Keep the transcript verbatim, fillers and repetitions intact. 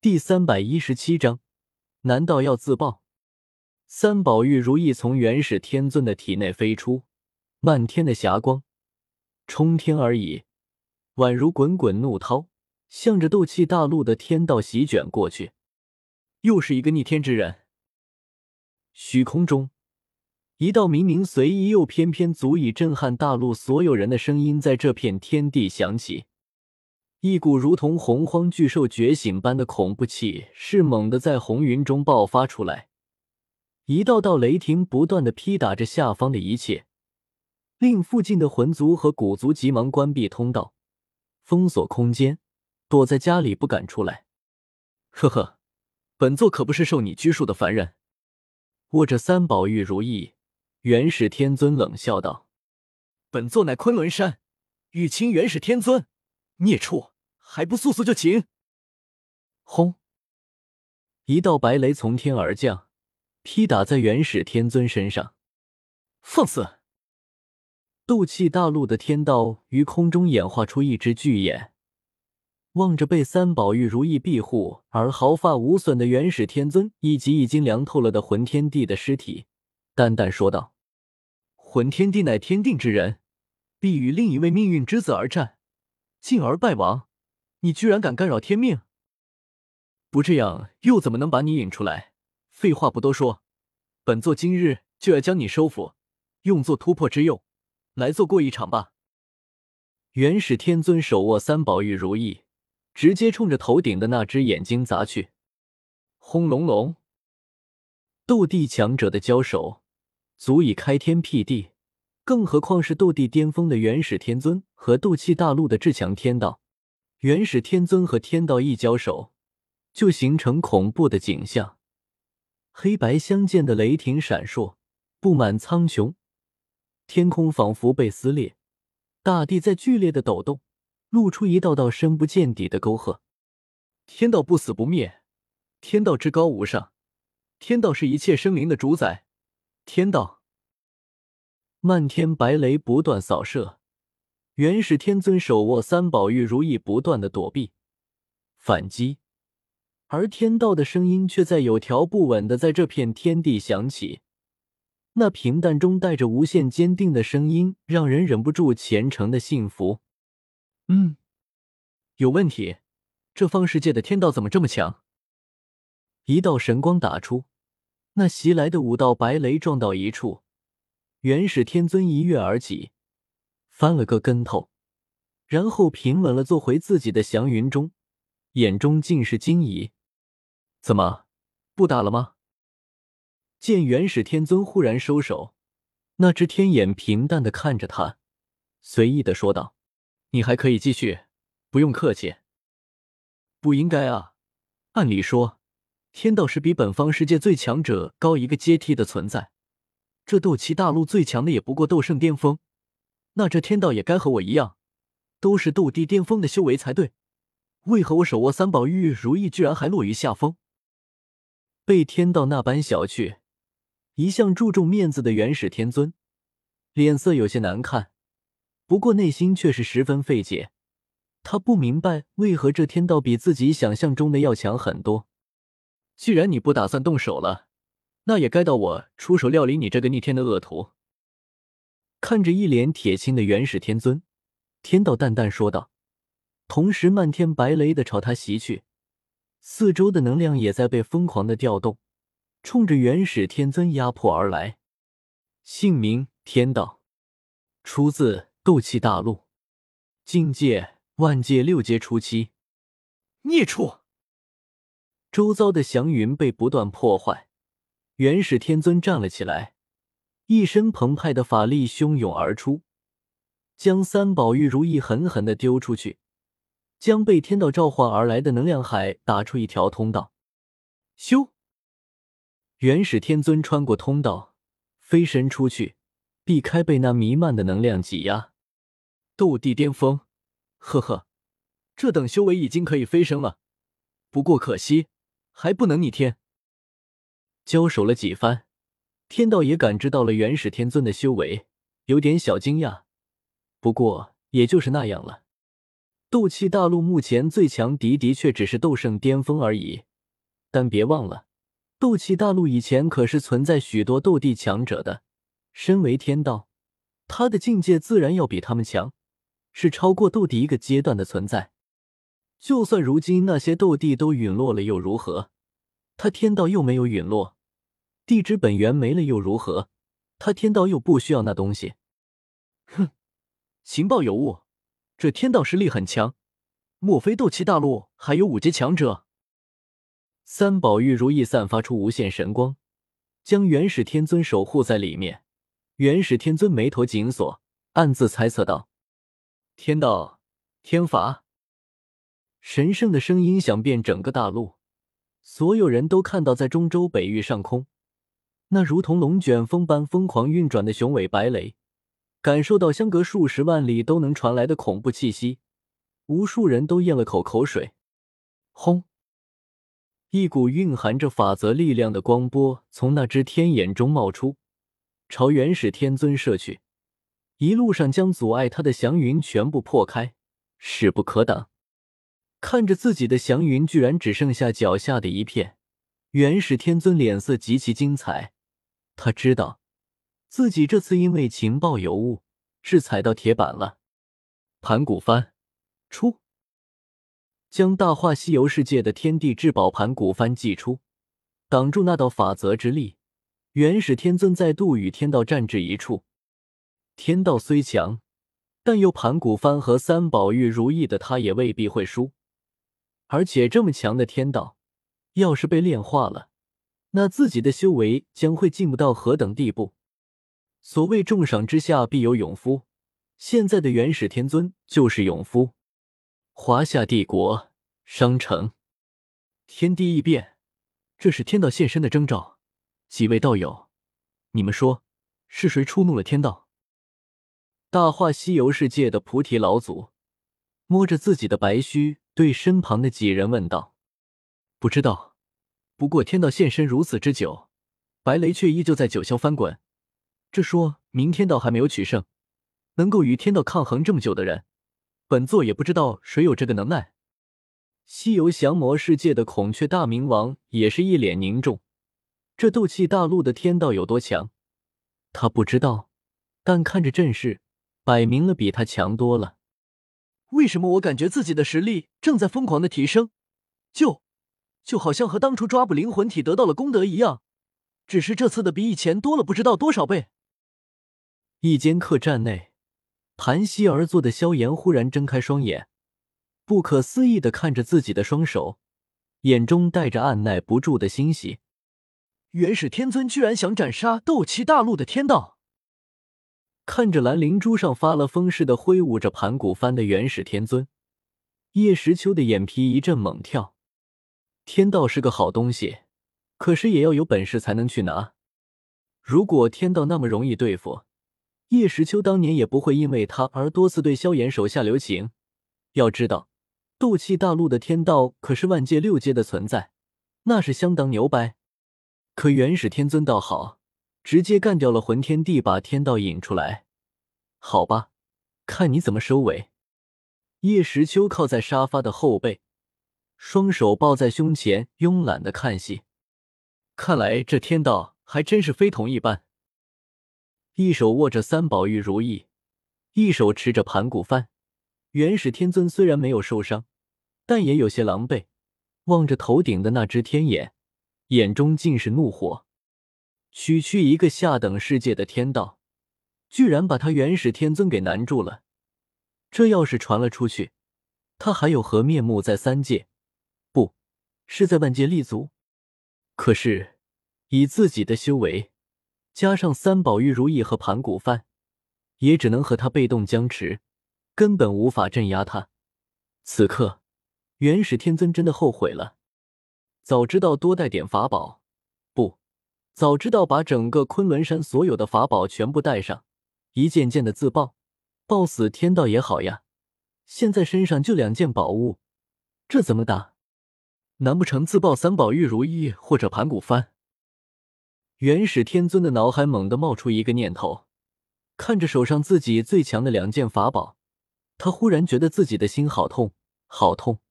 第三百一十七章，难道要自爆？三宝玉如意从元始天尊的体内飞出，漫天的霞光冲天而已，宛如滚滚怒涛，向着斗气大陆的天道席卷过去。又是一个逆天之人。虚空中，一道明明随意又偏偏足以震撼大陆所有人的声音在这片天地响起。一股如同洪荒巨兽觉醒般的恐怖气势猛地在红云中爆发出来，一道道雷霆不断地劈打着下方的一切，令附近的魂族和古族急忙关闭通道，封锁空间，躲在家里不敢出来。呵呵，本座可不是受你拘束的凡人。握着三宝玉如意，元始天尊冷笑道：本座乃昆仑山玉清元始天尊，孽畜，还不速速就擒！轰！一道白雷从天而降，劈打在元始天尊身上。放肆！斗气大陆的天道于空中演化出一只巨眼，望着被三宝玉如意庇护而毫发无损的元始天尊以及已经凉透了的魂天帝的尸体，淡淡说道：魂天帝乃天定之人，必与另一位命运之子而战，进而败亡，你居然敢干扰天命？不这样又怎么能把你引出来？废话不多说，本座今日就要将你收服，用作突破之用，来做过一场吧。元始天尊手握三宝玉如意，直接冲着头顶的那只眼睛砸去。轰隆隆！斗帝强者的交手足以开天辟地，更何况是斗帝巅峰的元始天尊和斗气大陆的至强天道。元始天尊和天道一交手，就形成恐怖的景象，黑白相间的雷霆闪烁，布满苍穹，天空仿佛被撕裂，大地在剧烈的抖动，露出一道道深不见底的沟壑。天道不死不灭，天道至高无上，天道是一切生灵的主宰，天道。漫天白雷不断扫射，元始天尊手握三宝玉如意不断的躲避反击，而天道的声音却在有条不紊地在这片天地响起。那平淡中带着无限坚定的声音，让人忍不住虔诚的信服。嗯，有问题，这方世界的天道怎么这么强？一道神光打出，那袭来的五道白雷撞到一处，元始天尊一跃而起，翻了个跟头，然后平稳了坐回自己的祥云中，眼中尽是惊疑。怎么，不打了吗？见元始天尊忽然收手，那只天眼平淡地看着他，随意地说道：你还可以继续，不用客气。不应该啊，按理说天道是比本方世界最强者高一个阶梯的存在，这斗气大陆最强的也不过斗圣巅峰，那这天道也该和我一样，都是斗帝巅峰的修为才对，为何我手握三宝玉如意居然还落于下风？被天道那般小觑，一向注重面子的元始天尊脸色有些难看，不过内心却是十分费解。他不明白为何这天道比自己想象中的要强很多。既然你不打算动手了，那也该到我出手料理你这个逆天的恶徒。看着一脸铁青的元始天尊，天道淡淡说道，同时漫天白雷的朝他袭去，四周的能量也在被疯狂的调动，冲着元始天尊压迫而来。姓名：天道，出自斗气大陆，境界：万界六阶初期。孽畜！周遭的祥云被不断破坏，元始天尊站了起来，一身澎湃的法力汹涌而出，将三宝玉如意狠狠地丢出去，将被天道召唤而来的能量海打出一条通道。咻！元始天尊穿过通道，飞身出去，避开被那弥漫的能量挤压。斗帝巅峰，呵呵，这等修为已经可以飞升了，不过可惜还不能逆天。交手了几番，天道也感知到了元始天尊的修为，有点小惊讶，不过也就是那样了。 斗气大陆目前最强敌的确只是斗圣巅峰而已，但别忘了，斗气大陆以前可是存在许多斗帝强者的。身为天道，他的境界自然要比他们强，是超过斗帝一个阶段的存在。就算如今那些斗帝都陨落了又如何？他天道又没有陨落，地之本源没了又如何？他天道又不需要那东西。哼，情报有误，这天道实力很强，莫非斗气大陆还有五阶强者？三宝玉如意散发出无限神光，将元始天尊守护在里面。元始天尊眉头紧锁，暗自猜测道：天道，天罚。神圣的声音响遍整个大陆，所有人都看到在中州北域上空，那如同龙卷风般疯狂运转的雄伟白雷，感受到相隔数十万里都能传来的恐怖气息，无数人都咽了口口水。轰！一股蕴含着法则力量的光波从那只天眼中冒出，朝元始天尊射去，一路上将阻碍他的祥云全部破开，势不可挡。看着自己的祥云居然只剩下脚下的一片，元始天尊脸色极其精彩。他知道自己这次因为情报有误，是踩到铁板了。盘古幡出，将大话西游世界的天地至宝盘古幡祭出，挡住那道法则之力。元始天尊再度与天道战至一处。天道虽强，但有盘古幡和三宝玉如意的他也未必会输。而且这么强的天道，要是被炼化了，那自己的修为将会进步到何等地步？所谓重赏之下必有勇夫，现在的元始天尊就是勇夫。华夏帝国商城，天地异变，这是天道现身的征兆。几位道友，你们说是谁触怒了天道？大话西游世界的菩提老祖摸着自己的白须，对身旁的几人问道：不知道，不过天道现身如此之久，白雷却依旧在九霄翻滚，这说明天道还没有取胜。能够与天道抗衡这么久的人，本座也不知道谁有这个能耐。西游降魔世界的孔雀大明王也是一脸凝重，这斗气大陆的天道有多强，他不知道，但看着阵势，摆明了比他强多了。为什么我感觉自己的实力正在疯狂的提升？就就好像和当初抓捕灵魂体得到了功德一样，只是这次的比以前多了不知道多少倍。一间客栈内，盘膝而坐的萧炎忽然睁开双眼，不可思议地看着自己的双手，眼中带着按耐不住的欣喜。元始天尊居然想斩杀斗气大陆的天道！看着蓝灵珠上发了疯似的挥舞着盘古幡的元始天尊，叶时秋的眼皮一阵猛跳。天道是个好东西，可是也要有本事才能去拿。如果天道那么容易对付，叶时秋当年也不会因为他而多次对萧炎手下留情。要知道，斗气大陆的天道可是万界六阶的存在，那是相当牛掰。可元始天尊倒好，直接干掉了魂天帝，把天道引出来。好吧，看你怎么收尾。叶时秋靠在沙发的后背，双手抱在胸前，慵懒的看戏。看来这天道还真是非同一般。一手握着三宝玉如意，一手持着盘古幡。元始天尊虽然没有受伤，但也有些狼狈，望着头顶的那只天眼，眼中尽是怒火。区区一个下等世界的天道，居然把他元始天尊给难住了。这要是传了出去，他还有何面目在三界？不，是在万界立足？可是，以自己的修为，加上三宝玉如意和盘古幡，也只能和他被动僵持，根本无法镇压他。此刻，元始天尊真的后悔了。早知道多带点法宝，不，早知道把整个昆仑山所有的法宝全部带上，一件件的自爆，爆死天道也好呀。现在身上就两件宝物，这怎么打？难不成自爆三宝玉如意或者盘古幡？元始天尊的脑海猛地冒出一个念头，看着手上自己最强的两件法宝， 他忽然觉得自己的心好痛，好痛。